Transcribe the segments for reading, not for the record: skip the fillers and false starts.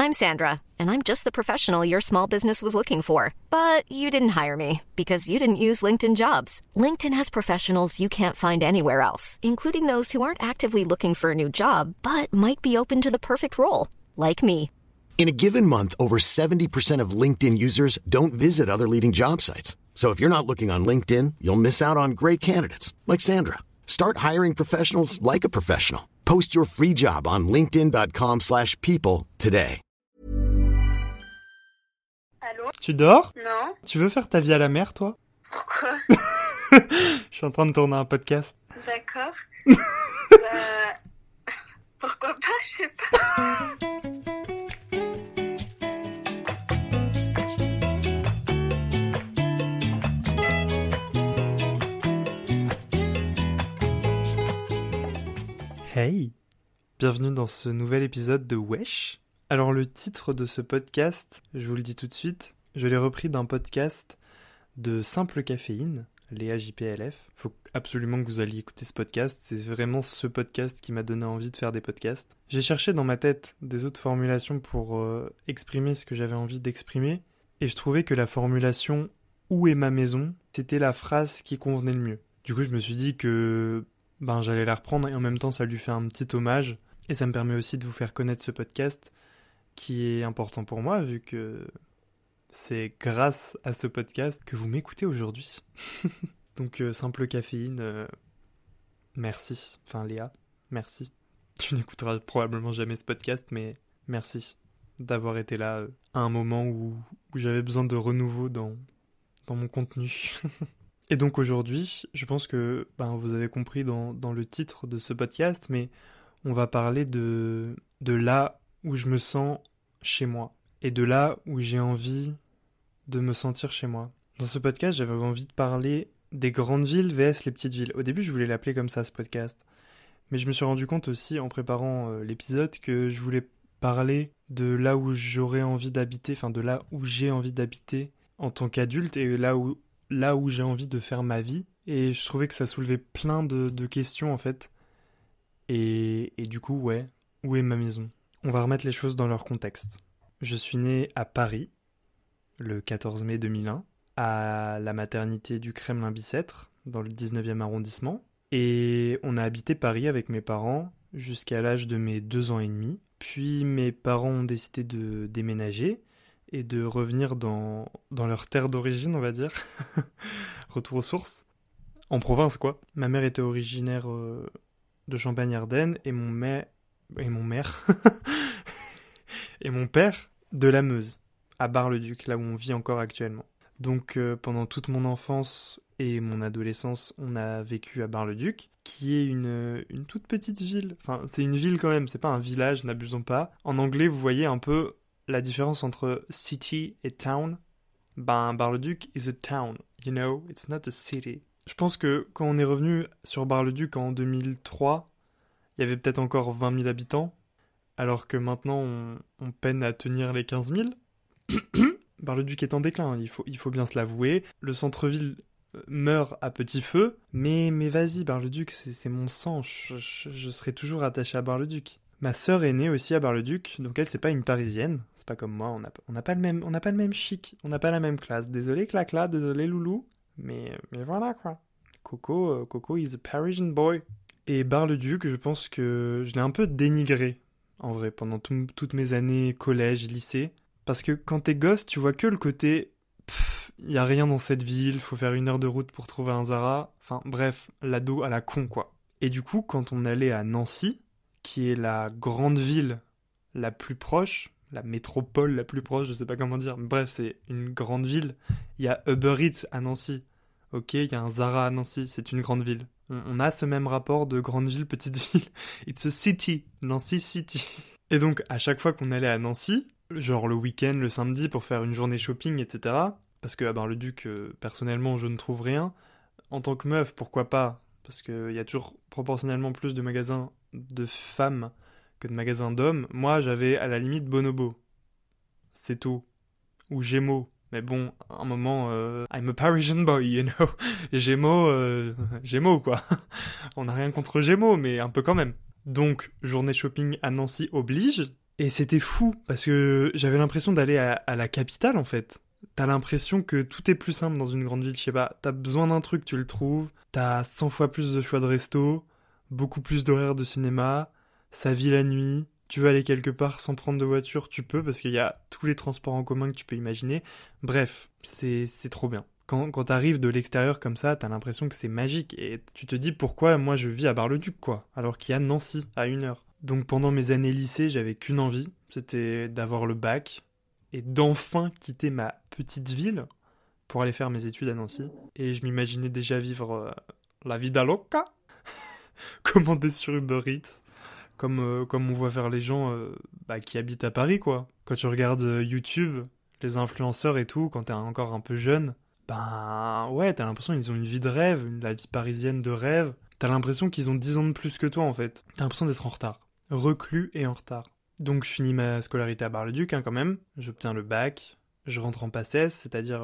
I'm Sandra, and I'm just the professional your small business was looking for. But you didn't hire me because you didn't use LinkedIn Jobs. LinkedIn has professionals you can't find anywhere else, including those who aren't actively looking for a new job, but might be open to the perfect role, like me. In a given month, over 70% of LinkedIn users don't visit other leading job sites. So if you're not looking on LinkedIn, you'll miss out on great candidates like Sandra. Start hiring professionals like a professional. Post your free job on linkedin.com/people today. Allô? Tu dors? Non. Tu veux faire ta vie à la mer, toi? Pourquoi? Je suis en train de tourner un podcast. D'accord. Pourquoi pas? Je sais pas. Hey! Bienvenue dans ce nouvel épisode de Wesh. Alors le titre de ce podcast, je vous le dis tout de suite, je l'ai repris d'un podcast de Simple Caféine, Léa JPLF. Faut absolument que vous alliez écouter ce podcast, c'est vraiment ce podcast qui m'a donné envie de faire des podcasts. J'ai cherché dans ma tête des autres formulations pour exprimer ce que j'avais envie d'exprimer, et je trouvais que la formulation « Où est ma maison ?» c'était la phrase qui convenait le mieux. Du coup je me suis dit que j'allais la reprendre et en même temps ça lui fait un petit hommage, et ça me permet aussi de vous faire connaître ce podcast qui est important pour moi vu que c'est grâce à ce podcast que vous m'écoutez aujourd'hui. Donc Simple Caféine, merci. Enfin Léa, merci. Tu n'écouteras probablement jamais ce podcast, mais merci d'avoir été là à un moment où j'avais besoin de renouveau dans mon contenu. Et donc aujourd'hui, je pense que vous avez compris dans le titre de ce podcast, mais on va parler de là où je me sens chez moi et de là où j'ai envie de me sentir chez moi. Dans ce podcast, j'avais envie de parler des grandes villes vs les petites villes. Au début, je voulais l'appeler comme ça, ce podcast. Mais je me suis rendu compte aussi, en préparant l'épisode, que je voulais parler de là où j'aurais envie d'habiter, enfin de là où j'ai envie d'habiter en tant qu'adulte et là où j'ai envie de faire ma vie. Et je trouvais que ça soulevait plein de questions, en fait. Et du coup, ouais, où est ma maison ? On va remettre les choses dans leur contexte. Je suis né à Paris, le 14 mai 2001, à la maternité du Kremlin-Bicêtre, dans le 19e arrondissement. Et on a habité Paris avec mes parents jusqu'à l'âge de mes 2 ans et demi. Puis mes parents ont décidé de déménager et de revenir dans leur terre d'origine, on va dire. Retour aux sources. En province, quoi. Ma mère était originaire de Champagne-Ardenne et mon père de la Meuse, à Bar-le-Duc, là où on vit encore actuellement. Donc pendant toute mon enfance et mon adolescence, on a vécu à Bar-le-Duc, qui est une toute petite ville. Enfin, c'est une ville quand même, c'est pas un village, n'abusons pas. En anglais, vous voyez un peu la différence entre city et town. Bar-le-Duc is a town, you know, it's not a city. Je pense que quand on est revenu sur Bar-le-Duc en 2003, il y avait peut-être encore 20 000 habitants, alors que maintenant on peine à tenir les 15 000. Bar-le-Duc est en déclin, il faut bien se l'avouer. Le centre-ville meurt à petit feu, mais vas-y, Bar-le-Duc, c'est mon sang, je serai toujours attaché à Bar-le-Duc. Ma sœur est née aussi à Bar-le-Duc, donc elle, c'est pas une Parisienne, c'est pas comme moi, on n'a pas le même chic, on n'a pas la même classe. Désolé Clacla, désolé Loulou, mais voilà quoi. Coco is a Parisian boy. Et Bar-le-Duc, je pense que je l'ai un peu dénigré, en vrai, pendant toutes mes années collège, lycée. Parce que quand t'es gosse, tu vois que le côté y a rien dans cette ville, faut faire 1 heure de route pour trouver un Zara. Enfin bref, l'ado à la con quoi. Et du coup, quand on allait à Nancy, qui est la grande ville la plus proche, la métropole la plus proche, je sais pas comment dire, mais bref, c'est une grande ville. Il y a Uber Eats à Nancy. Ok, il y a un Zara à Nancy, c'est une grande ville. On a ce même rapport de grande ville, petite ville. It's a city, Nancy City. Et donc, à chaque fois qu'on allait à Nancy, genre le week-end, le samedi, pour faire une journée shopping, etc., parce qu'à Bar-le-Duc, personnellement, je ne trouve rien. En tant que meuf, pourquoi pas ? Parce qu'il y a toujours proportionnellement plus de magasins de femmes que de magasins d'hommes. Moi, j'avais à la limite Bonobo. C'est tout. Ou Gémeaux. Mais bon, à un moment, I'm a Parisian boy, you know. Gémeaux, quoi. On n'a rien contre Gémeaux, mais un peu quand même. Donc, journée shopping à Nancy oblige. Et c'était fou, parce que j'avais l'impression d'aller à la capitale, en fait. T'as l'impression que tout est plus simple dans une grande ville, je sais pas. T'as besoin d'un truc, tu le trouves. T'as 100 fois plus de choix de resto, beaucoup plus d'horaires de cinéma, ça vit la nuit. Tu veux aller quelque part sans prendre de voiture, tu peux, parce qu'il y a tous les transports en commun que tu peux imaginer. Bref, c'est trop bien. Quand t'arrives de l'extérieur comme ça, t'as l'impression que c'est magique. Et tu te dis pourquoi moi je vis à Bar-le-Duc, quoi. Alors qu'il y a Nancy, à 1 heure. Donc pendant mes années lycée, j'avais qu'une envie, c'était d'avoir le bac et d'enfin quitter ma petite ville pour aller faire mes études à Nancy. Et je m'imaginais déjà vivre la vida loca, commander sur Uber Eats, comme on voit faire les gens qui habitent à Paris, quoi. Quand tu regardes YouTube, les influenceurs et tout, quand t'es encore un peu jeune, ouais, t'as l'impression qu'ils ont une vie de rêve, la vie parisienne de rêve. T'as l'impression qu'ils ont 10 ans de plus que toi, en fait. T'as l'impression d'être en retard. Reclus et en retard. Donc je finis ma scolarité à Bar-le-Duc, quand même. J'obtiens le bac. Je rentre en PACES, c'est-à-dire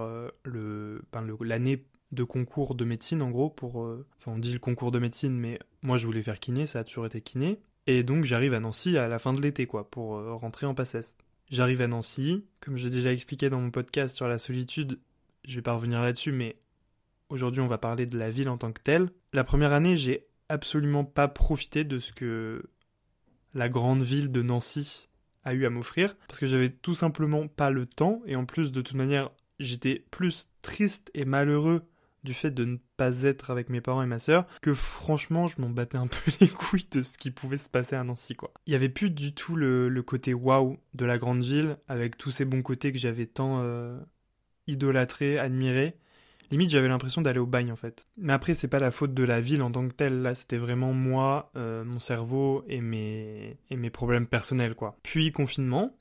l'année de concours de médecine, en gros. On dit le concours de médecine, mais moi je voulais faire kiné, ça a toujours été kiné. Et donc j'arrive à Nancy à la fin de l'été, quoi, pour rentrer en PACES. J'arrive à Nancy, comme j'ai déjà expliqué dans mon podcast sur la solitude, je vais pas revenir là-dessus, mais aujourd'hui on va parler de la ville en tant que telle. La première année, j'ai absolument pas profité de ce que la grande ville de Nancy a eu à m'offrir, parce que j'avais tout simplement pas le temps, et en plus de toute manière, j'étais plus triste et malheureux du fait de ne pas être avec mes parents et ma sœur, que franchement, je m'en battais un peu les couilles de ce qui pouvait se passer à Nancy, quoi. Il y avait plus du tout le côté waouh de la grande ville, avec tous ces bons côtés que j'avais tant idolâtré, admiré. Limite, j'avais l'impression d'aller au bagne, en fait. Mais après, c'est pas la faute de la ville en tant que telle. Là, c'était vraiment moi, mon cerveau et mes problèmes personnels, quoi. Puis, confinement,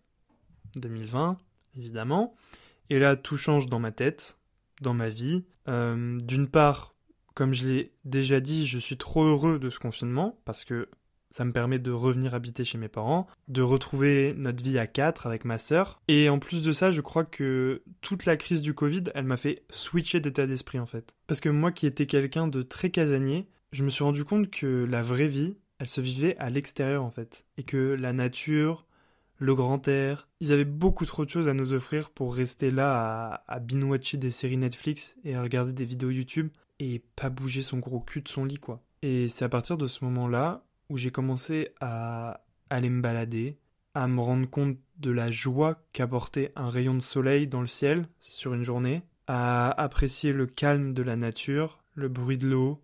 2020, évidemment. Et là, tout change dans ma tête, dans ma vie. D'une part, comme je l'ai déjà dit, je suis trop heureux de ce confinement, parce que ça me permet de revenir habiter chez mes parents, de retrouver notre vie à 4 avec ma sœur. Et en plus de ça, je crois que toute la crise du Covid, elle m'a fait switcher d'état d'esprit, en fait. Parce que moi qui étais quelqu'un de très casanier, je me suis rendu compte que la vraie vie, elle se vivait à l'extérieur, en fait. Et que la nature, le grand air, ils avaient beaucoup trop de choses à nous offrir pour rester là à binge-watcher des séries Netflix et à regarder des vidéos YouTube et pas bouger son gros cul de son lit, quoi. Et c'est à partir de ce moment-là où j'ai commencé à aller me balader, à me rendre compte de la joie qu'apportait un rayon de soleil dans le ciel sur une journée, à apprécier le calme de la nature, le bruit de l'eau,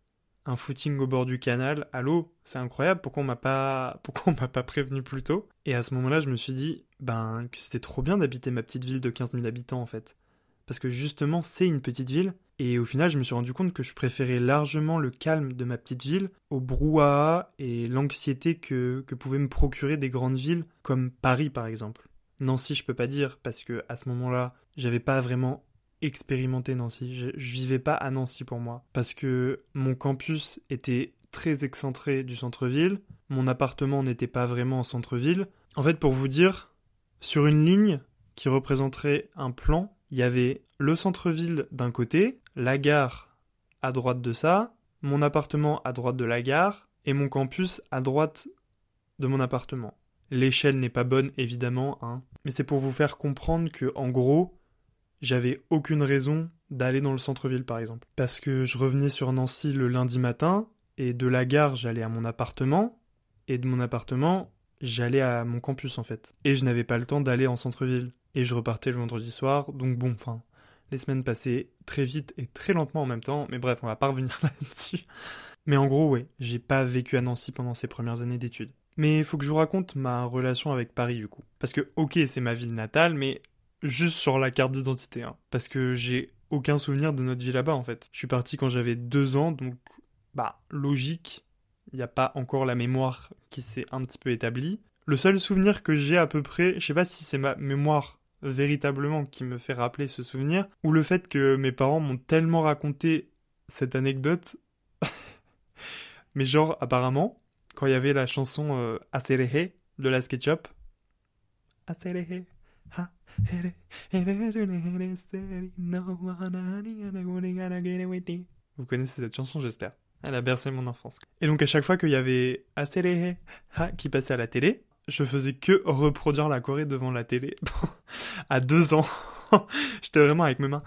un footing au bord du canal. Allô, c'est incroyable, pourquoi on m'a pas prévenu plus tôt? Et à ce moment-là, je me suis dit que c'était trop bien d'habiter ma petite ville de 15 000 habitants, en fait. Parce que justement, c'est une petite ville, et au final, je me suis rendu compte que je préférais largement le calme de ma petite ville au brouhaha et l'anxiété que pouvaient me procurer des grandes villes comme Paris, par exemple. Nancy, je peux pas dire, parce que à ce moment-là, j'avais pas vraiment expérimenté Nancy. Je vivais pas à Nancy pour moi, parce que mon campus était très excentré du centre-ville, mon appartement n'était pas vraiment en centre-ville. En fait, pour vous dire, sur une ligne qui représenterait un plan, il y avait le centre-ville d'un côté, la gare à droite de ça, mon appartement à droite de la gare, et mon campus à droite de mon appartement. L'échelle n'est pas bonne, évidemment, hein, mais c'est pour vous faire comprendre que, en gros, j'avais aucune raison d'aller dans le centre-ville, par exemple. Parce que je revenais sur Nancy le lundi matin, et de la gare, j'allais à mon appartement, et de mon appartement, j'allais à mon campus, en fait. Et je n'avais pas le temps d'aller en centre-ville. Et je repartais le vendredi soir, donc bon, les semaines passaient très vite et très lentement en même temps, mais bref, on va pas revenir là-dessus. Mais en gros, ouais, j'ai pas vécu à Nancy pendant ces premières années d'études. Mais il faut que je vous raconte ma relation avec Paris, du coup. Parce que, ok, c'est ma ville natale, mais juste sur la carte d'identité, hein. Parce que j'ai aucun souvenir de notre vie là-bas, en fait. Je suis parti quand j'avais 2 ans, donc, logique, il n'y a pas encore la mémoire qui s'est un petit peu établie. Le seul souvenir que j'ai à peu près, je sais pas si c'est ma mémoire véritablement qui me fait rappeler ce souvenir, ou le fait que mes parents m'ont tellement raconté cette anecdote, mais genre, apparemment, quand il y avait la chanson Acereje de la SketchUp, Acereje, ha, ere, ere, vous connaissez cette chanson, j'espère. Elle a bercé mon enfance. Et donc à chaque fois qu'il y avait Acereje, ha, qui passait à la télé, je faisais que reproduire la Corée devant la télé. À 2 ans, j'étais vraiment avec mes mains.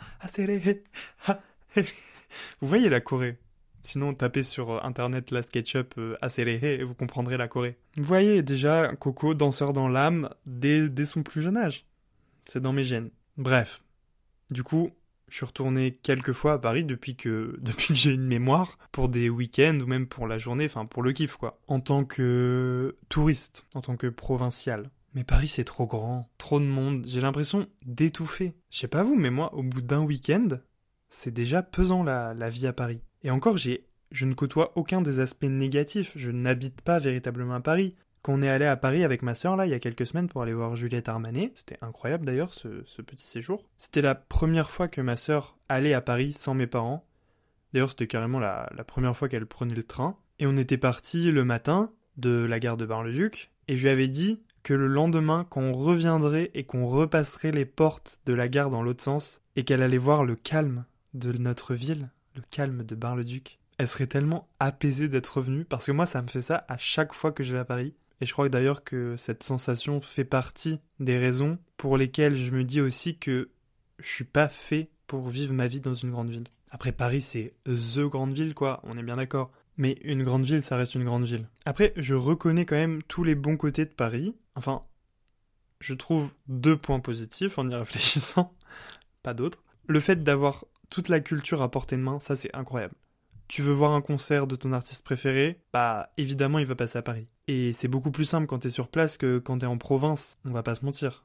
Vous voyez la Corée? Sinon, tapez sur internet la SketchUp Aserehe et vous comprendrez la Corée. Vous voyez déjà Coco, danseur dans l'âme, dès son plus jeune âge. C'est dans mes gènes. Bref. Du coup, je suis retourné quelques fois à Paris depuis que j'ai une mémoire, pour des week-ends ou même pour la journée, enfin pour le kiff quoi. En tant que touriste, en tant que provincial. Mais Paris c'est trop grand, trop de monde, j'ai l'impression d'étouffer. Je sais pas vous, mais moi, au bout d'un week-end, c'est déjà pesant la vie à Paris. Et encore, je ne côtoie aucun des aspects négatifs, je n'habite pas véritablement à Paris. Quand on est allé à Paris avec ma sœur, là, il y a quelques semaines pour aller voir Juliette Armanet, c'était incroyable d'ailleurs, ce petit séjour. C'était la première fois que ma sœur allait à Paris sans mes parents. D'ailleurs, c'était carrément la première fois qu'elle prenait le train. Et on était partis le matin de la gare de Bar-le-Duc, et je lui avais dit que le lendemain, quand on reviendrait et qu'on repasserait les portes de la gare dans l'autre sens, et qu'elle allait voir le calme de notre ville, le calme de Bar-le-Duc, elle serait tellement apaisée d'être revenue, parce que moi ça me fait ça à chaque fois que je vais à Paris, et je crois d'ailleurs que cette sensation fait partie des raisons pour lesquelles je me dis aussi que je suis pas fait pour vivre ma vie dans une grande ville. Après Paris c'est THE grande ville quoi, on est bien d'accord, mais une grande ville ça reste une grande ville. Après je reconnais quand même tous les bons côtés de Paris, enfin je trouve 2 points positifs en y réfléchissant, pas d'autres. Le fait d'avoir toute la culture à portée de main, ça c'est incroyable. Tu veux voir un concert de ton artiste préféré, bah évidemment il va passer à Paris. Et c'est beaucoup plus simple quand t'es sur place que quand t'es en province, on va pas se mentir.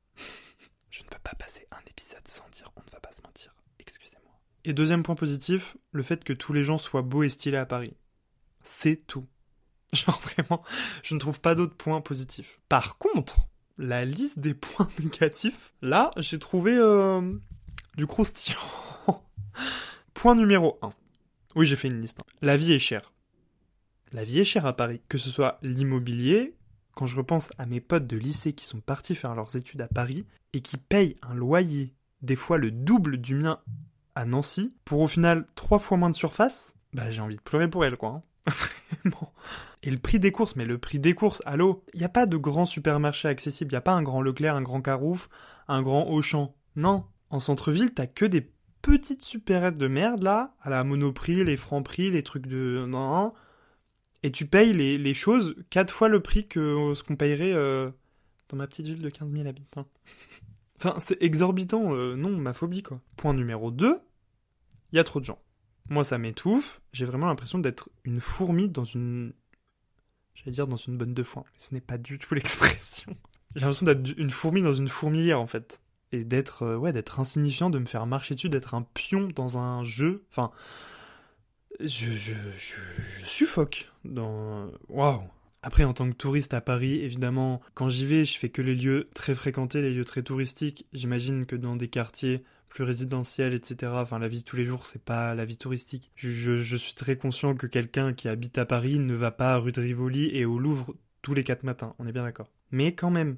Je ne peux pas passer un épisode sans dire on ne va pas se mentir, excusez-moi. Et deuxième point positif, le fait que tous les gens soient beaux et stylés à Paris. C'est tout. Genre vraiment, je ne trouve pas d'autres points positifs. Par contre, la liste des points négatifs, là j'ai trouvé du croustillant. Point numéro 1. Oui, j'ai fait une liste. La vie est chère. La vie est chère à Paris. Que ce soit l'immobilier, quand je repense à mes potes de lycée qui sont partis faire leurs études à Paris et qui payent un loyer, des fois le double du mien à Nancy, pour au final 3 fois moins de surface, bah j'ai envie de pleurer pour elle, quoi. Hein. Vraiment. Et le prix des courses, mais le prix des courses, allô, il n'y a pas de grand supermarché accessible, il n'y a pas un grand Leclerc, un grand Carouf, un grand Auchan. Non, en centre-ville, t'as que des petites supérettes de merde, là, à la Monoprix, les Franprix, les trucs de... Non. Et tu payes les choses 4 fois le prix que ce qu'on payerait dans ma petite ville de 15 000 habitants. Enfin, c'est exorbitant, non, ma phobie, quoi. Point numéro 2, il y a trop de gens. Moi, ça m'étouffe, j'ai vraiment l'impression d'être une fourmi dans une... J'allais dire dans une bonne de foin, mais ce n'est pas du tout l'expression. J'ai l'impression d'être une fourmi dans une fourmilière, en fait. Et d'être insignifiant, de me faire marcher dessus, d'être un pion dans un jeu. Enfin, je suffoque dans... Waouh. Après, en tant que touriste à Paris, évidemment, quand j'y vais, je fais que les lieux très fréquentés, les lieux très touristiques. J'imagine que dans des quartiers plus résidentiels, etc., enfin, la vie de tous les jours, c'est pas la vie touristique. Je suis très conscient que quelqu'un qui habite à Paris ne va pas à rue de Rivoli et au Louvre tous les 4 matins, on est bien d'accord. Mais quand même...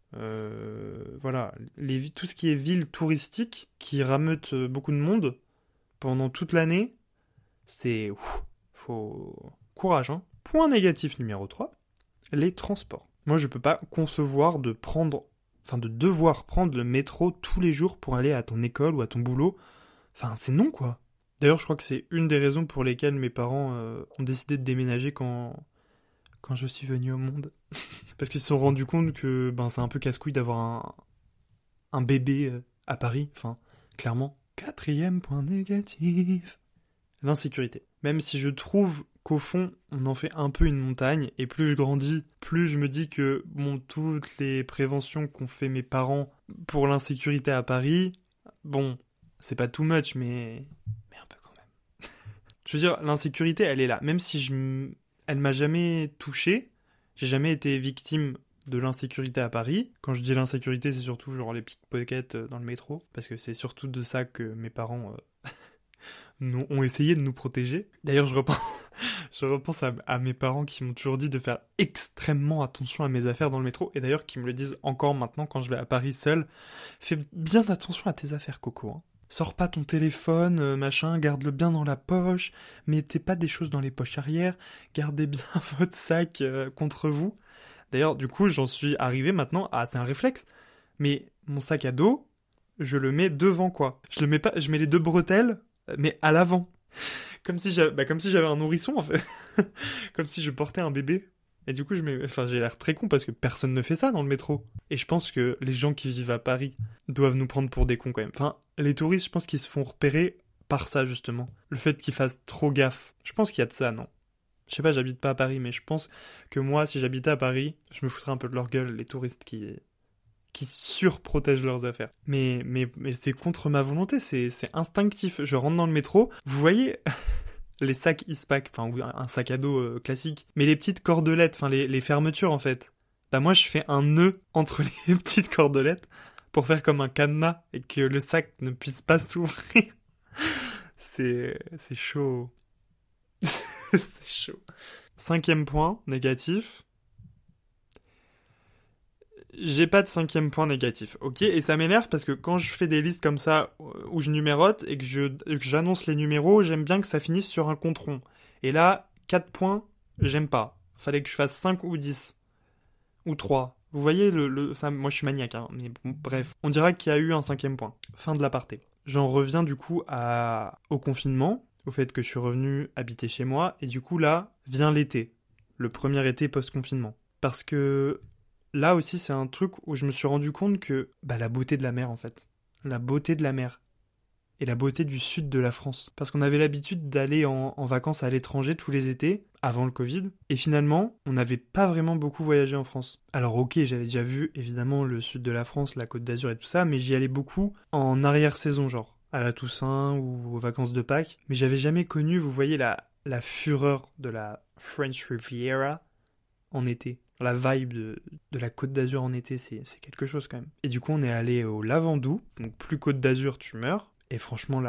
voilà, tout ce qui est ville touristique qui rameute beaucoup de monde pendant toute l'année, c'est... faut... courage, hein. Point négatif numéro 3, les transports. Moi, je peux pas concevoir de devoir prendre le métro tous les jours pour aller à ton école ou à ton boulot. Enfin, c'est non, quoi. D'ailleurs, je crois que c'est une des raisons pour lesquelles mes parents ont décidé de déménager quand je suis venu au monde. Parce qu'ils se sont rendus compte que c'est un peu casse-couille d'avoir un bébé à Paris. Enfin, clairement. 4e point négatif. L'insécurité. Même si je trouve qu'au fond, on en fait un peu une montagne, et plus je grandis, plus je me dis que, toutes les préventions qu'ont fait mes parents pour l'insécurité à Paris, c'est pas too much, mais un peu quand même. Je veux dire, l'insécurité, elle est là. Même si elle m'a jamais touché, j'ai jamais été victime de l'insécurité à Paris. Quand je dis l'insécurité, c'est surtout genre les pickpockets dans le métro, parce que c'est surtout de ça que mes parents ont essayé de nous protéger. D'ailleurs, je repense à mes parents qui m'ont toujours dit de faire extrêmement attention à mes affaires dans le métro, et d'ailleurs qui me le disent encore maintenant quand je vais à Paris seul. Fais bien attention à tes affaires, Coco, hein. Sors pas ton téléphone, garde-le bien dans la poche, mettez pas des choses dans les poches arrière, gardez bien votre sac contre vous. D'ailleurs, du coup, j'en suis arrivé maintenant à... C'est un réflexe. Mais mon sac à dos, je le mets devant, quoi. Je le mets pas... Je mets les 2 bretelles, mais à l'avant. Comme si j'avais un nourrisson, en fait. Comme si je portais un bébé. Et du coup, j'ai l'air très con parce que personne ne fait ça dans le métro. Et je pense que les gens qui vivent à Paris doivent nous prendre pour des cons, quand même. Enfin, les touristes, je pense qu'ils se font repérer par ça, justement. Le fait qu'ils fassent trop gaffe. Je pense qu'il y a de ça, non? Je sais pas, j'habite pas à Paris, mais je pense que moi, si j'habitais à Paris, je me foutrais un peu de leur gueule, les touristes qui surprotègent leurs affaires. Mais c'est contre ma volonté, c'est instinctif. Je rentre dans le métro, vous voyez les sacs Eastpak, enfin ou un sac à dos classique, mais les petites cordelettes, enfin les fermetures en fait. Bah moi je fais un nœud entre les petites cordelettes pour faire comme un cadenas et que le sac ne puisse pas s'ouvrir. C'est chaud. C'est chaud. 5e point négatif. J'ai pas de 5e point négatif, ok? Et ça m'énerve parce que quand je fais des listes comme ça où je numérote et que j'annonce les numéros, j'aime bien que ça finisse sur un compte rond. Et là, 4 points, j'aime pas. Fallait que je fasse 5 ou 10. Ou 3. Vous voyez, ça, moi je suis maniaque, hein, mais bon, bref. On dira qu'il y a eu un 5e point. Fin de l'aparté. J'en reviens du coup au confinement, au fait que je suis revenu habiter chez moi, et du coup là, vient l'été. Le premier été post-confinement. Parce que là aussi, c'est un truc où je me suis rendu compte que la beauté de la mer, en fait. La beauté de la mer. Et la beauté du sud de la France. Parce qu'on avait l'habitude d'aller en vacances à l'étranger tous les étés, avant le Covid. Et finalement, on n'avait pas vraiment beaucoup voyagé en France. Alors ok, j'avais déjà vu, évidemment, le sud de la France, la Côte d'Azur et tout ça, mais j'y allais beaucoup en arrière-saison, genre. À la Toussaint ou aux vacances de Pâques. Mais j'avais jamais connu, vous voyez, la fureur de la French Riviera en été. La vibe de la Côte d'Azur en été, c'est quelque chose quand même. Et du coup, on est allé au Lavandou, donc plus Côte d'Azur, tu meurs. Et franchement,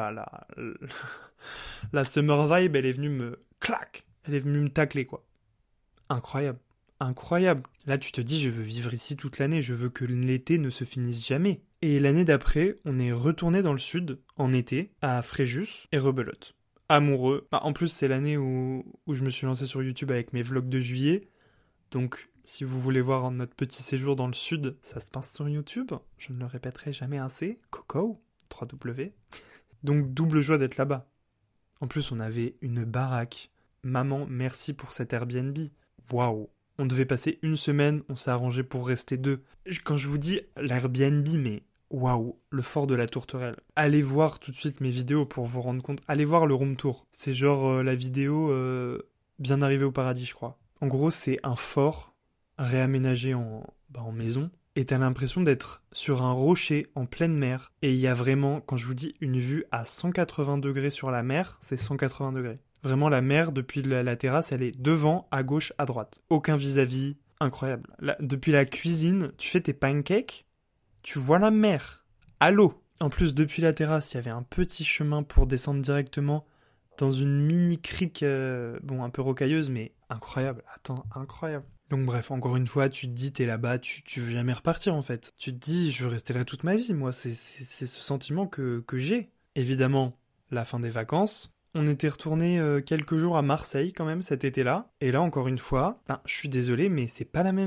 la summer vibe, elle est venue elle est venue me tacler, quoi. Incroyable. Incroyable. Là, tu te dis, je veux vivre ici toute l'année, je veux que l'été ne se finisse jamais. Et l'année d'après, on est retourné dans le sud, en été, à Fréjus et Rebelote. Amoureux. En plus, c'est l'année où je me suis lancé sur YouTube avec mes vlogs de juillet. Donc, si vous voulez voir notre petit séjour dans le sud, ça se passe sur YouTube. Je ne le répéterai jamais assez. Coco, 3W. Donc, double joie d'être là-bas. En plus, on avait une baraque. Maman, merci pour cet Airbnb. Waouh. On devait passer 1 semaine, on s'est arrangé pour rester 2. Quand je vous dis l'Airbnb, mais waouh, le fort de la Tourterelle. Allez voir tout de suite mes vidéos pour vous rendre compte. Allez voir le room tour. C'est genre la vidéo Bien arrivé au paradis, je crois. En gros, c'est un fort réaménagé en maison. Et t'as l'impression d'être sur un rocher en pleine mer. Et il y a vraiment, quand je vous dis une vue à 180 degrés sur la mer, c'est 180 degrés. Vraiment, la mer, depuis la terrasse, elle est devant, à gauche, à droite. Aucun vis-à-vis. Incroyable. Là, depuis la cuisine, tu fais tes pancakes, tu vois la mer. À l'eau. En plus, depuis la terrasse, il y avait un petit chemin pour descendre directement dans une mini crique, un peu rocailleuse, mais incroyable. Attends, incroyable. Donc bref, encore une fois, tu te dis, t'es là-bas, tu veux jamais repartir en fait. Tu te dis, je veux rester là toute ma vie, moi, c'est ce sentiment que j'ai. Évidemment, la fin des vacances. On était retourné quelques jours à Marseille quand même cet été-là. Et là, encore une fois, je suis désolé, mais c'est pas la même.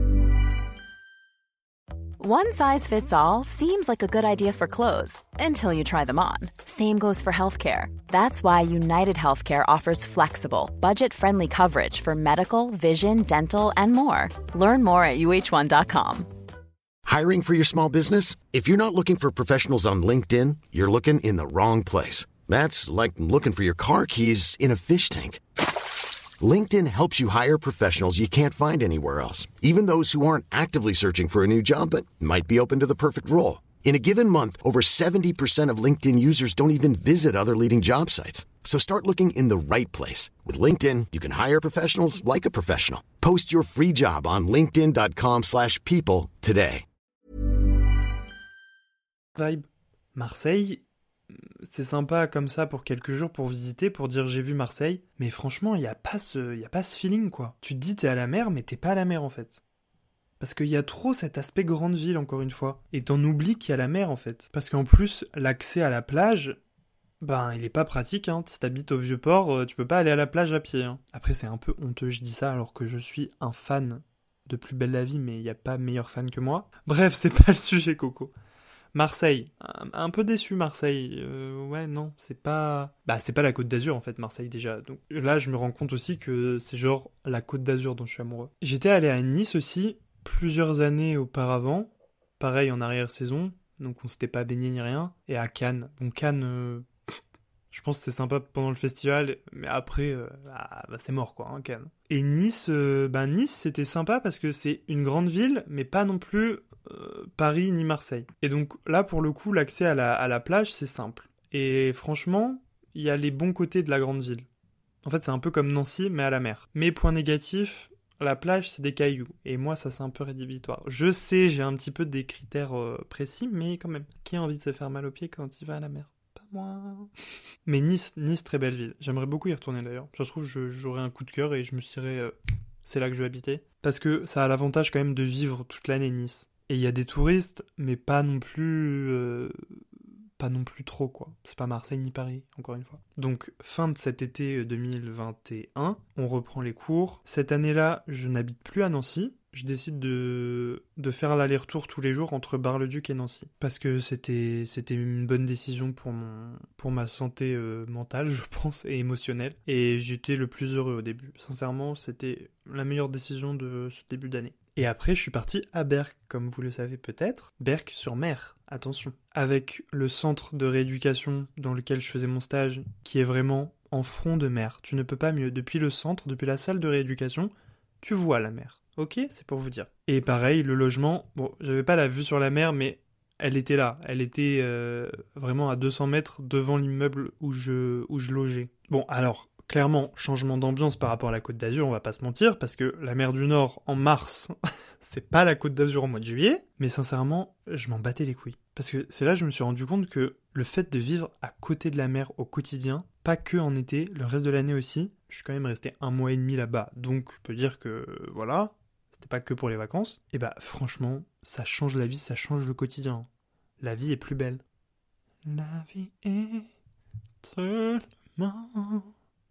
One size fits all seems like a good idea for clothes until you try them on. Same goes for healthcare. That's why United Healthcare offers flexible, budget-friendly coverage for medical, vision, dental, and more. Learn more at uh1.com. Hiring for your small business? If you're not looking for professionals on LinkedIn, you're looking in the wrong place. That's like looking for your car keys in a fish tank. LinkedIn helps you hire professionals you can't find anywhere else, even those who aren't actively searching for a new job but might be open to the perfect role. In a given month, over 70% of LinkedIn users don't even visit other leading job sites. So start looking in the right place. With LinkedIn, you can hire professionals like a professional. Post your free job on linkedin.com/people today. Vibe. Marseille, c'est sympa comme ça pour quelques jours pour visiter, pour dire j'ai vu Marseille, mais franchement, il y a pas ce feeling quoi. Tu te dis t'es à la mer, mais t'es pas à la mer en fait. Parce qu'il y a trop cet aspect grande ville encore une fois. Et t'en oublies qu'il y a la mer en fait. Parce qu'en plus, l'accès à la plage, il est pas pratique, hein. Si t'habites au Vieux-Port, tu peux pas aller à la plage à pied, hein. Après, c'est un peu honteux, je dis ça alors que je suis un fan de Plus belle la vie, mais il n'y a pas meilleur fan que moi. Bref, c'est pas le sujet, Coco. Marseille, un peu déçu Marseille, ouais non, c'est pas la Côte d'Azur en fait Marseille déjà, donc là je me rends compte aussi que c'est genre la Côte d'Azur dont je suis amoureux. J'étais allé à Nice aussi, plusieurs années auparavant, pareil en arrière-saison, donc on s'était pas baigné ni rien, et à Cannes, bon Cannes, je pense que c'est sympa pendant le festival, mais après, c'est mort quoi, hein, Cannes. Et Nice, Nice c'était sympa parce que c'est une grande ville, mais pas non plus Paris ni Marseille. Et donc là, pour le coup, l'accès à la plage, c'est simple. Et franchement, il y a les bons côtés de la grande ville. En fait, c'est un peu comme Nancy, mais à la mer. Mais point négatif, la plage, c'est des cailloux. Et moi, ça, c'est un peu rédhibitoire. Je sais, j'ai un petit peu des critères précis, mais quand même. Qui a envie de se faire mal aux pieds quand il va à la mer ? Pas moi. Mais Nice, très belle ville. J'aimerais beaucoup y retourner d'ailleurs. Ça se trouve, j'aurais un coup de cœur et je me dirais, c'est là que je vais habiter. Parce que ça a l'avantage quand même de vivre toute l'année Nice. Et il y a des touristes, mais pas non plus trop, quoi. C'est pas Marseille ni Paris, encore une fois. Donc, fin de cet été 2021, on reprend les cours. Cette année-là, je n'habite plus à Nancy. Je décide de faire l'aller-retour tous les jours entre Bar-le-Duc et Nancy. Parce que c'était une bonne décision pour ma santé mentale, je pense, et émotionnelle. Et j'étais le plus heureux au début. Sincèrement, c'était la meilleure décision de ce début d'année. Et après, je suis parti à Berck, comme vous le savez peut-être. Berck-sur-Mer, attention. Avec le centre de rééducation dans lequel je faisais mon stage, qui est vraiment en front de mer. Tu ne peux pas mieux. Depuis le centre, depuis la salle de rééducation, tu vois la mer. Ok, c'est pour vous dire. Et pareil, le logement, bon, j'avais pas la vue sur la mer, mais elle était là. Elle était vraiment à 200 mètres devant l'immeuble où je logeais. Bon, alors, clairement, changement d'ambiance par rapport à la Côte d'Azur, on va pas se mentir, parce que la mer du Nord, en mars, c'est pas la Côte d'Azur en mois de juillet, mais sincèrement, je m'en battais les couilles. Parce que c'est là que je me suis rendu compte que le fait de vivre à côté de la mer au quotidien, pas que en été, le reste de l'année aussi, je suis quand même resté 1 mois et demi là-bas, donc je peux dire que, voilà, c'était pas que pour les vacances, et franchement, ça change la vie, ça change le quotidien. La vie est plus belle. La vie est tellement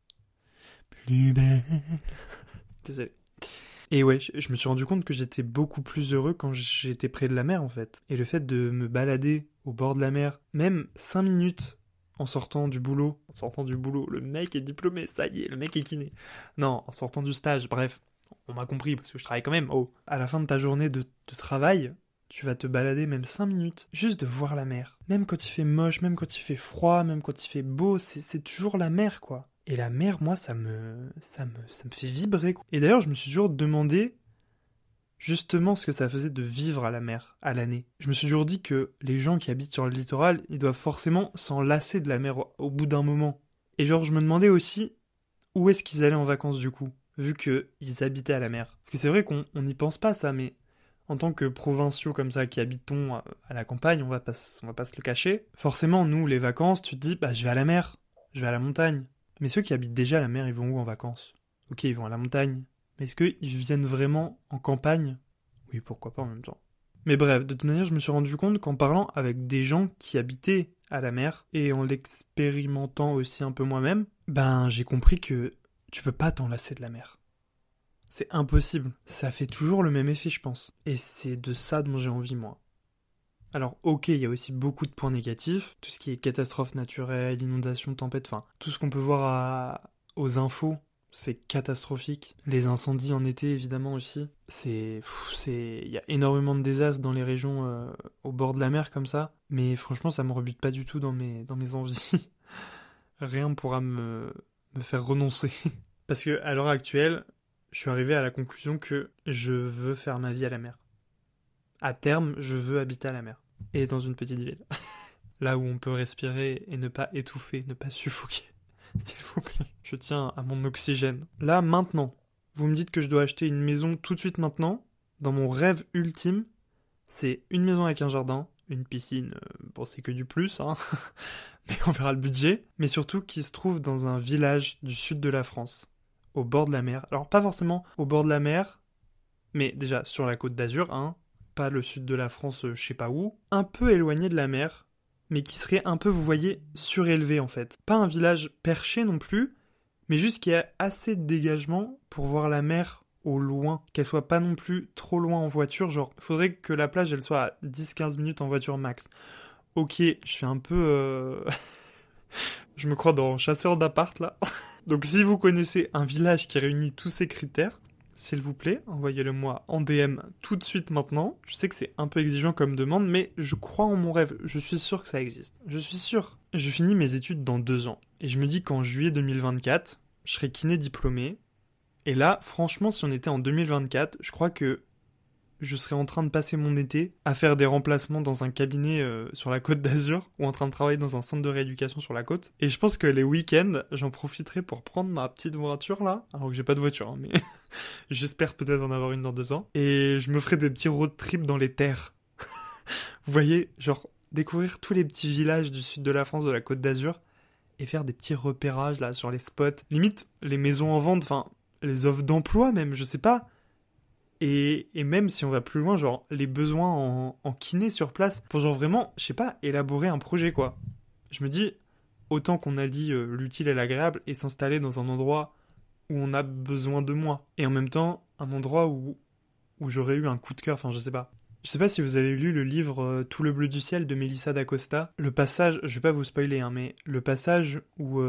plus belle. Désolé. Et ouais, je me suis rendu compte que j'étais beaucoup plus heureux quand j'étais près de la mer en fait. Et le fait de me balader au bord de la mer, même 5 minutes en sortant du boulot, le mec est diplômé, ça y est, le mec est kiné. Non, en sortant du stage, bref, on m'a compris parce que je travaille quand même. Oh, à la fin de ta journée de travail, tu vas te balader même 5 minutes, juste de voir la mer. Même quand il fait moche, même quand il fait froid, même quand il fait beau, c'est toujours la mer quoi. Et la mer, moi, ça me fait vibrer, quoi. Et d'ailleurs, je me suis toujours demandé justement ce que ça faisait de vivre à la mer, à l'année. Je me suis toujours dit que les gens qui habitent sur le littoral, ils doivent forcément s'en lasser de la mer au bout d'un moment. Et genre, je me demandais aussi où est-ce qu'ils allaient en vacances, du coup, vu qu'ils habitaient à la mer. Parce que c'est vrai qu'on n'y pense pas, ça, mais en tant que provinciaux comme ça, qui habitons à la campagne, on va pas se le cacher. Forcément, nous, les vacances, tu te dis, je vais à la mer, je vais à la montagne. Mais ceux qui habitent déjà à la mer, ils vont où en vacances ? Ok, ils vont à la montagne. Mais est-ce qu'ils viennent vraiment en campagne ? Oui, pourquoi pas en même temps. Mais bref, de toute manière, je me suis rendu compte qu'en parlant avec des gens qui habitaient à la mer, et en l'expérimentant aussi un peu moi-même, j'ai compris que tu peux pas t'en lasser de la mer. C'est impossible. Ça fait toujours le même effet, je pense. Et c'est de ça dont j'ai envie, moi. Alors, ok, il y a aussi beaucoup de points négatifs, tout ce qui est catastrophes naturelles, inondations, tempêtes, tout ce qu'on peut voir aux infos, c'est catastrophique. Les incendies en été, évidemment, aussi. Il y a énormément de désastres dans les régions au bord de la mer, comme ça, mais franchement, ça me rebute pas du tout dans mes envies. Rien pourra me faire renoncer. Parce que, à l'heure actuelle, je suis arrivé à la conclusion que je veux faire ma vie à la mer. À terme, je veux habiter à la mer. Et dans une petite ville. Là où on peut respirer et ne pas étouffer, ne pas suffoquer. S'il vous plaît. Je tiens à mon oxygène. Là, maintenant. Vous me dites que je dois acheter une maison tout de suite maintenant. Dans mon rêve ultime, c'est une maison avec un jardin, une piscine, c'est que du plus, hein. Mais on verra le budget. Mais surtout qui se trouve dans un village du sud de la France. Au bord de la mer. Alors, pas forcément au bord de la mer, mais déjà sur la Côte d'Azur, hein. Pas le sud de la France, je sais pas où, un peu éloigné de la mer, mais qui serait un peu, vous voyez, surélevé en fait. Pas un village perché non plus, mais juste qui a assez de dégagement pour voir la mer au loin, qu'elle soit pas non plus trop loin en voiture, genre, faudrait que la plage, elle soit à 10-15 minutes en voiture max. Ok, je suis un peu... je me crois dans Chasseur d'appart, là. Donc si vous connaissez un village qui réunit tous ces critères, s'il vous plaît, envoyez-le moi en DM tout de suite maintenant. Je sais que c'est un peu exigeant comme demande, mais je crois en mon rêve. Je suis sûr que ça existe. Je suis sûr. Je finis mes études dans 2 ans. Et je me dis qu'en juillet 2024, je serai kiné diplômé. Et là, franchement, si on était en 2024, je crois que je serais en train de passer mon été à faire des remplacements dans un cabinet sur la Côte d'Azur ou en train de travailler dans un centre de rééducation sur la côte. Et je pense que les week-ends, j'en profiterai pour prendre ma petite voiture là, alors que j'ai pas de voiture, hein, mais j'espère peut-être en avoir une dans 2 ans. Et je me ferai des petits road trips dans les terres. Vous voyez, genre découvrir tous les petits villages du sud de la France, de la Côte d'Azur, et faire des petits repérages là sur les spots. Limite, les maisons en vente, enfin, les offres d'emploi même, je sais pas. Et même si on va plus loin, genre les besoins en kiné sur place, pour genre vraiment, je sais pas, élaborer un projet quoi. Je me dis, autant qu'on allie l'utile et l'agréable et s'installer dans un endroit où on a besoin de moi. Et en même temps, un endroit où j'aurais eu un coup de cœur, enfin je sais pas. Je sais pas si vous avez lu le livre Tout le bleu du ciel de Mélissa d'Acosta. Le passage, je vais pas vous spoiler, hein, mais le passage où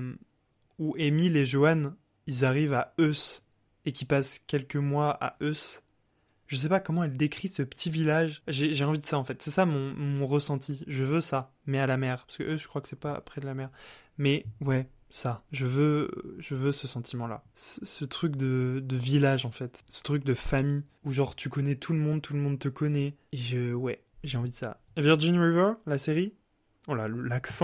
Émile et Joanne, ils arrivent à Eus, et qui passe quelques mois à Eus. Je sais pas comment elle décrit ce petit village. J'ai envie de ça en fait. C'est ça mon ressenti. Je veux ça, mais à la mer. Parce que Eus, je crois que c'est pas près de la mer. Mais ouais, ça. Je veux ce sentiment-là. Ce truc de village en fait. Ce truc de famille. Où genre tu connais tout le monde te connaît. Et ouais, j'ai envie de ça. Virgin River, la série. Oh là, l'accent.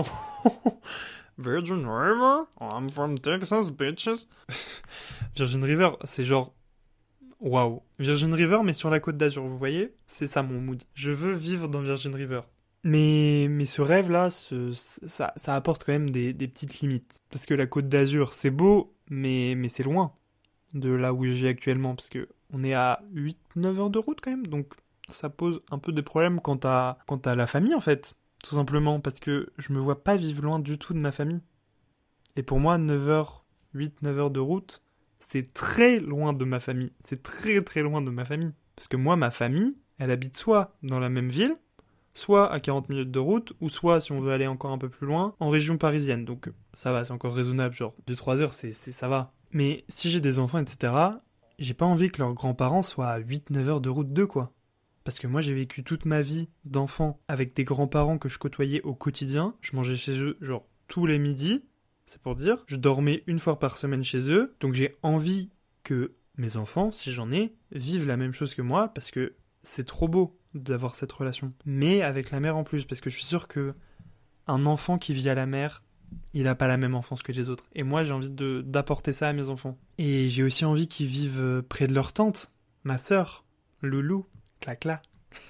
Virgin River? I'm from Texas, bitches. Virgin River, c'est genre... Waouh. Virgin River, mais sur la Côte d'Azur, vous voyez? C'est ça mon mood. Je veux vivre dans Virgin River. Mais ce rêve-là, ça apporte quand même des petites limites. Parce que la Côte d'Azur, c'est beau, mais c'est loin de là où je vis actuellement. Parce que on est à 8-9 heures de route quand même. Donc ça pose un peu des problèmes quant à la famille en fait. Tout simplement parce que je me vois pas vivre loin du tout de ma famille. Et pour moi, 8-9 heures de route, c'est très loin de ma famille. C'est très très loin de ma famille. Parce que moi, ma famille, elle habite soit dans la même ville, soit à 40 minutes de route, ou soit, si on veut aller encore un peu plus loin, en région parisienne. Donc ça va, c'est encore raisonnable, genre 2-3 heures, ça va. Mais si j'ai des enfants, etc., j'ai pas envie que leurs grands-parents soient à 8-9 heures de route d'eux, quoi. Parce que moi, j'ai vécu toute ma vie d'enfant avec des grands-parents que je côtoyais au quotidien. Je mangeais chez eux, genre, tous les midis, c'est pour dire. Je dormais 1 fois par semaine chez eux. Donc j'ai envie que mes enfants, si j'en ai, vivent la même chose que moi, parce que c'est trop beau d'avoir cette relation. Mais avec la mer en plus, parce que je suis sûr que un enfant qui vit à la mer, il a pas la même enfance que les autres. Et moi, j'ai envie d'apporter ça à mes enfants. Et j'ai aussi envie qu'ils vivent près de leur tante, ma sœur, Loulou. Clac-clac.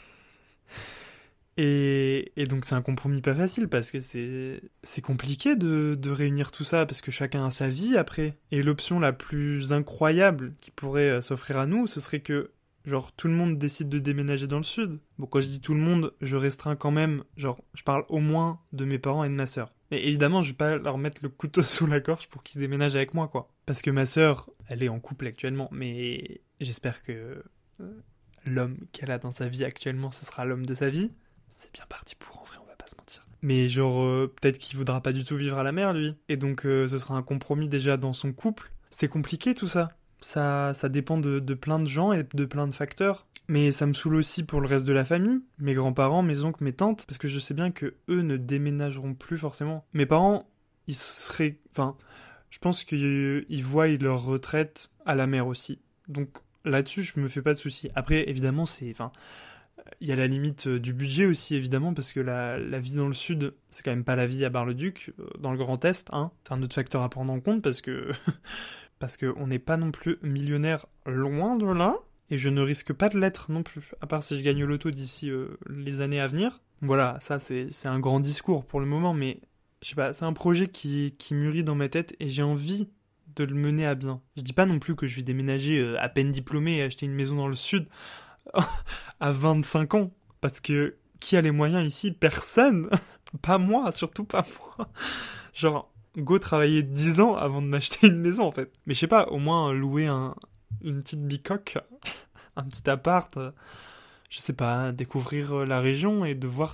Et donc c'est un compromis pas facile parce que c'est compliqué de réunir tout ça parce que chacun a sa vie après. Et l'option la plus incroyable qui pourrait s'offrir à nous, ce serait que genre tout le monde décide de déménager dans le sud. Bon, quand je dis tout le monde, je restreins quand même, genre je parle au moins de mes parents et de ma sœur. Mais évidemment, je vais pas leur mettre le couteau sous la gorge pour qu'ils déménagent avec moi, quoi. Parce que ma sœur, elle est en couple actuellement, mais j'espère que l'homme qu'elle a dans sa vie actuellement, ce sera l'homme de sa vie. C'est bien parti pour, en vrai, on va pas se mentir. Mais genre, peut-être qu'il voudra pas du tout vivre à la mer, lui. Et donc, ce sera un compromis déjà dans son couple. C'est compliqué, tout ça. Ça dépend de plein de gens et de plein de facteurs. Mais ça me saoule aussi pour le reste de la famille. Mes grands-parents, mes oncles, mes tantes. Parce que je sais bien que eux ne déménageront plus forcément. Mes parents, ils seraient... Enfin, je pense qu'ils voient leur retraite à la mer aussi. Donc, là-dessus, je me fais pas de soucis. Après, évidemment, il y a la limite du budget aussi, évidemment, parce que la vie dans le sud, c'est quand même pas la vie à Bar-le-Duc, dans le Grand Est, hein. C'est un autre facteur à prendre en compte, parce que on n'est pas non plus millionnaire loin de là, et je ne risque pas de l'être non plus, à part si je gagne au loto d'ici les années à venir. Voilà, ça, c'est un grand discours pour le moment, mais je sais pas, c'est un projet qui mûrit dans ma tête, et j'ai envie de le mener à bien. Je dis pas non plus que je vais déménager à peine diplômé et acheter une maison dans le sud à 25 ans, parce que qui a les moyens ici? Personne. Pas moi, surtout pas moi. Genre, go travailler 10 ans avant de m'acheter une maison, en fait. Mais je sais pas, au moins louer un une petite bicoque, un petit appart, je sais pas, découvrir la région et de voir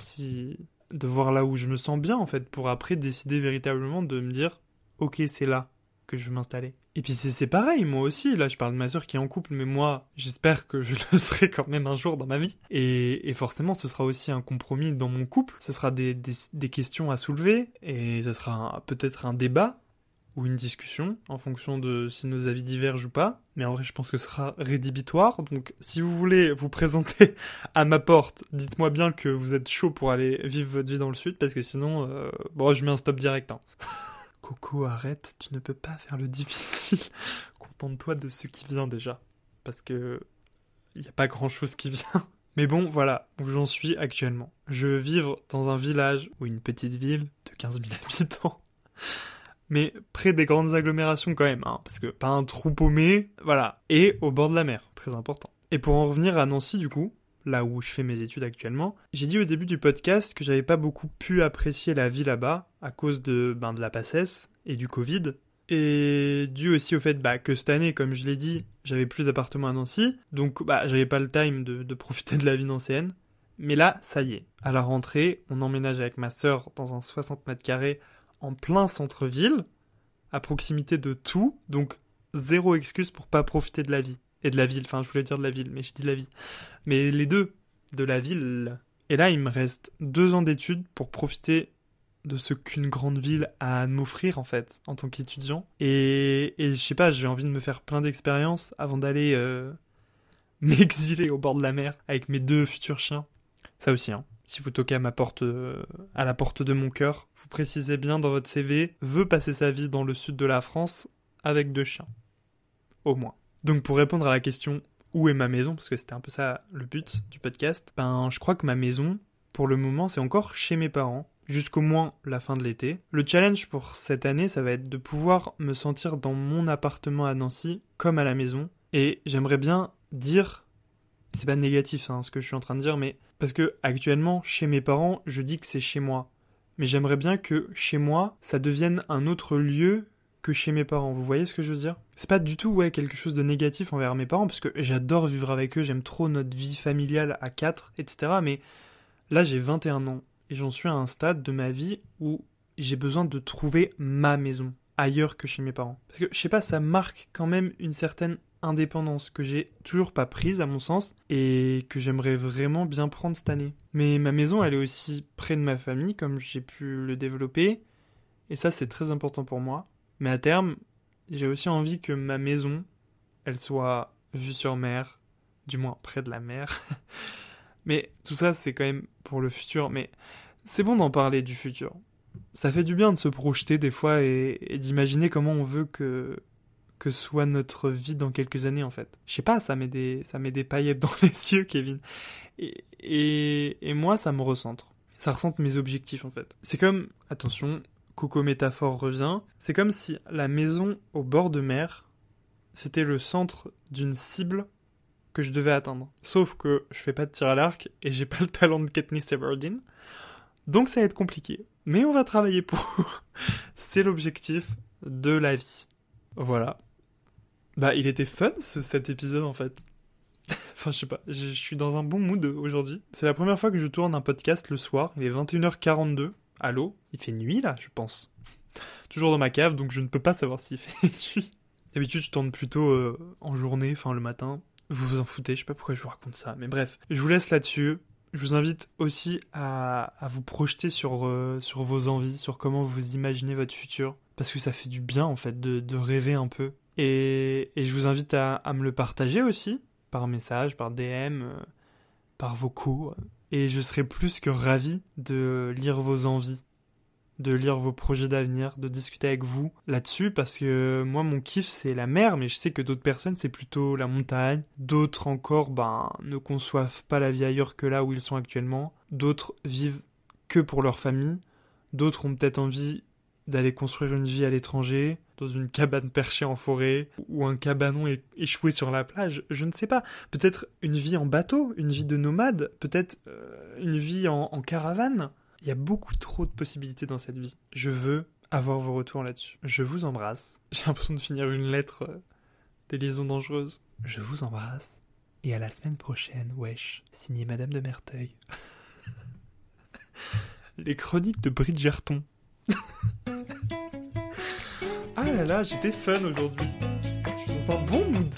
là où je me sens bien en fait, pour après décider véritablement de me dire ok, c'est là que je veux m'installer. Et puis c'est pareil, moi aussi, là je parle de ma sœur qui est en couple, mais moi j'espère que je le serai quand même un jour dans ma vie. Et forcément ce sera aussi un compromis dans mon couple, ce sera des questions à soulever, et ce sera peut-être un débat ou une discussion, en fonction de si nos avis divergent ou pas. Mais en vrai, je pense que ce sera rédhibitoire. Donc, si vous voulez vous présenter à ma porte, dites-moi bien que vous êtes chaud pour aller vivre votre vie dans le sud, parce que sinon, je mets un stop direct. Hein. Coco, arrête, tu ne peux pas faire le difficile. Contente-toi de ce qui vient déjà. Parce que il n'y a pas grand-chose qui vient. Mais bon, voilà où j'en suis actuellement. Je veux vivre dans un village ou une petite ville de 15 000 habitants. Mais près des grandes agglomérations quand même, hein, parce que pas un trou paumé, voilà. Et au bord de la mer, très important. Et pour en revenir à Nancy du coup, là où je fais mes études actuellement, j'ai dit au début du podcast que j'avais pas beaucoup pu apprécier la vie là-bas, à cause de la PACES et du Covid, et dû aussi au fait que cette année, comme je l'ai dit, j'avais plus d'appartement à Nancy, donc j'avais pas le time de profiter de la vie nancéenne. Mais là, ça y est, à la rentrée, on emménage avec ma sœur dans un 60 mètres carrés en plein centre-ville, à proximité de tout, donc zéro excuse pour pas profiter de la vie. Et de la ville, enfin je voulais dire de la ville, mais je dis la vie. Mais les deux, de la ville. Et là, il me reste 2 ans d'études pour profiter de ce qu'une grande ville a à m'offrir, en fait, en tant qu'étudiant. Et je sais pas, j'ai envie de me faire plein d'expériences avant d'aller m'exiler au bord de la mer avec mes 2 futurs chiens. Ça aussi, hein. Si vous toquez à ma porte, à la porte de mon cœur, vous précisez bien dans votre CV, veut passer sa vie dans le sud de la France avec 2 chiens. Au moins. Donc pour répondre à la question où est ma maison, parce que c'était un peu ça le but du podcast, je crois que ma maison, pour le moment, c'est encore chez mes parents, jusqu'au moins la fin de l'été. Le challenge pour cette année, ça va être de pouvoir me sentir dans mon appartement à Nancy, comme à la maison, et j'aimerais bien dire, c'est pas négatif ce que je suis en train de dire, mais parce que actuellement, chez mes parents, je dis que c'est chez moi. Mais j'aimerais bien que chez moi, ça devienne un autre lieu que chez mes parents. Vous voyez ce que je veux dire ? C'est pas du tout quelque chose de négatif envers mes parents, parce que j'adore vivre avec eux, j'aime trop notre vie familiale à 4, etc. Mais là, j'ai 21 ans, et j'en suis à un stade de ma vie où j'ai besoin de trouver ma maison, ailleurs que chez mes parents. Parce que, je sais pas, ça marque quand même une certaine indépendance que j'ai toujours pas prise à mon sens et que j'aimerais vraiment bien prendre cette année. Mais ma maison, elle est aussi près de ma famille, comme j'ai pu le développer, et ça c'est très important pour moi. Mais à terme, j'ai aussi envie que ma maison, elle soit vue sur mer, du moins près de la mer. Mais tout ça c'est quand même pour le futur, mais c'est bon d'en parler du futur. Ça fait du bien de se projeter des fois et d'imaginer comment on veut que soit notre vie dans quelques années en fait. Je sais pas, ça met des paillettes dans les yeux, Kevin. Et moi, ça me recentre. Ça recentre mes objectifs en fait. C'est comme, attention, Coco métaphore revient, c'est comme si la maison au bord de mer, c'était le centre d'une cible que je devais atteindre. Sauf que je fais pas de tir à l'arc et j'ai pas le talent de Katniss Everdeen. Donc ça va être compliqué. Mais on va travailler pour. C'est l'objectif de la vie. Voilà. Il était fun cet épisode en fait. Enfin je sais pas, je suis dans un bon mood aujourd'hui. C'est la première fois que je tourne un podcast le soir, il est 21h42. Allô ? Il fait nuit là, je pense. Toujours dans ma cave, donc je ne peux pas savoir s'il fait nuit. D'habitude je tourne plutôt en journée, enfin le matin. Vous vous en foutez, je sais pas pourquoi je vous raconte ça, mais bref. Je vous laisse là-dessus. Je vous invite aussi à vous projeter sur vos envies, sur comment vous imaginez votre futur. Parce que ça fait du bien en fait de rêver un peu. Et je vous invite à me le partager aussi, par message, par DM, par vocaux. Et je serai plus que ravi de lire vos envies, de lire vos projets d'avenir, de discuter avec vous là-dessus, parce que moi mon kiff c'est la mer, mais je sais que d'autres personnes c'est plutôt la montagne. D'autres encore ne conçoivent pas la vie ailleurs que là où ils sont actuellement. D'autres vivent que pour leur famille. D'autres ont peut-être envie d'aller construire une vie à l'étranger, dans une cabane perchée en forêt, ou un cabanon échoué sur la plage, je ne sais pas. Peut-être une vie en bateau, une vie de nomade, peut-être une vie en caravane. Il y a beaucoup trop de possibilités dans cette vie. Je veux avoir vos retours là-dessus. Je vous embrasse. J'ai l'impression de finir une lettre les liaisons dangereuses. Je vous embrasse. Et à la semaine prochaine, wesh. Signé Madame de Merteuil. Les chroniques de Bridgerton. Ah là là, j'étais fun aujourd'hui. Je suis dans un bon mood.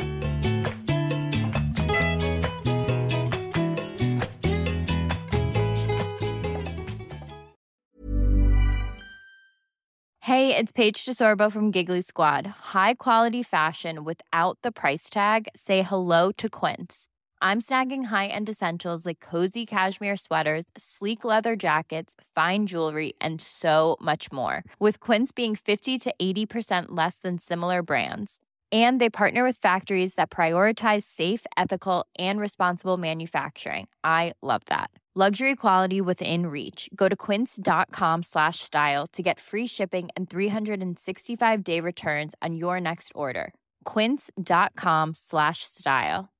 Hey, it's Paige DeSorbo from Giggly Squad. High quality fashion without the price tag. Say hello to Quince. I'm snagging high-end essentials like cozy cashmere sweaters, sleek leather jackets, fine jewelry, and so much more. With Quince being 50 to 80% less than similar brands. And they partner with factories that prioritize safe, ethical, and responsible manufacturing. I love that. Luxury quality within reach. Go to quince.com/style to get free shipping and 365-day returns on your next order. Quince.com/style.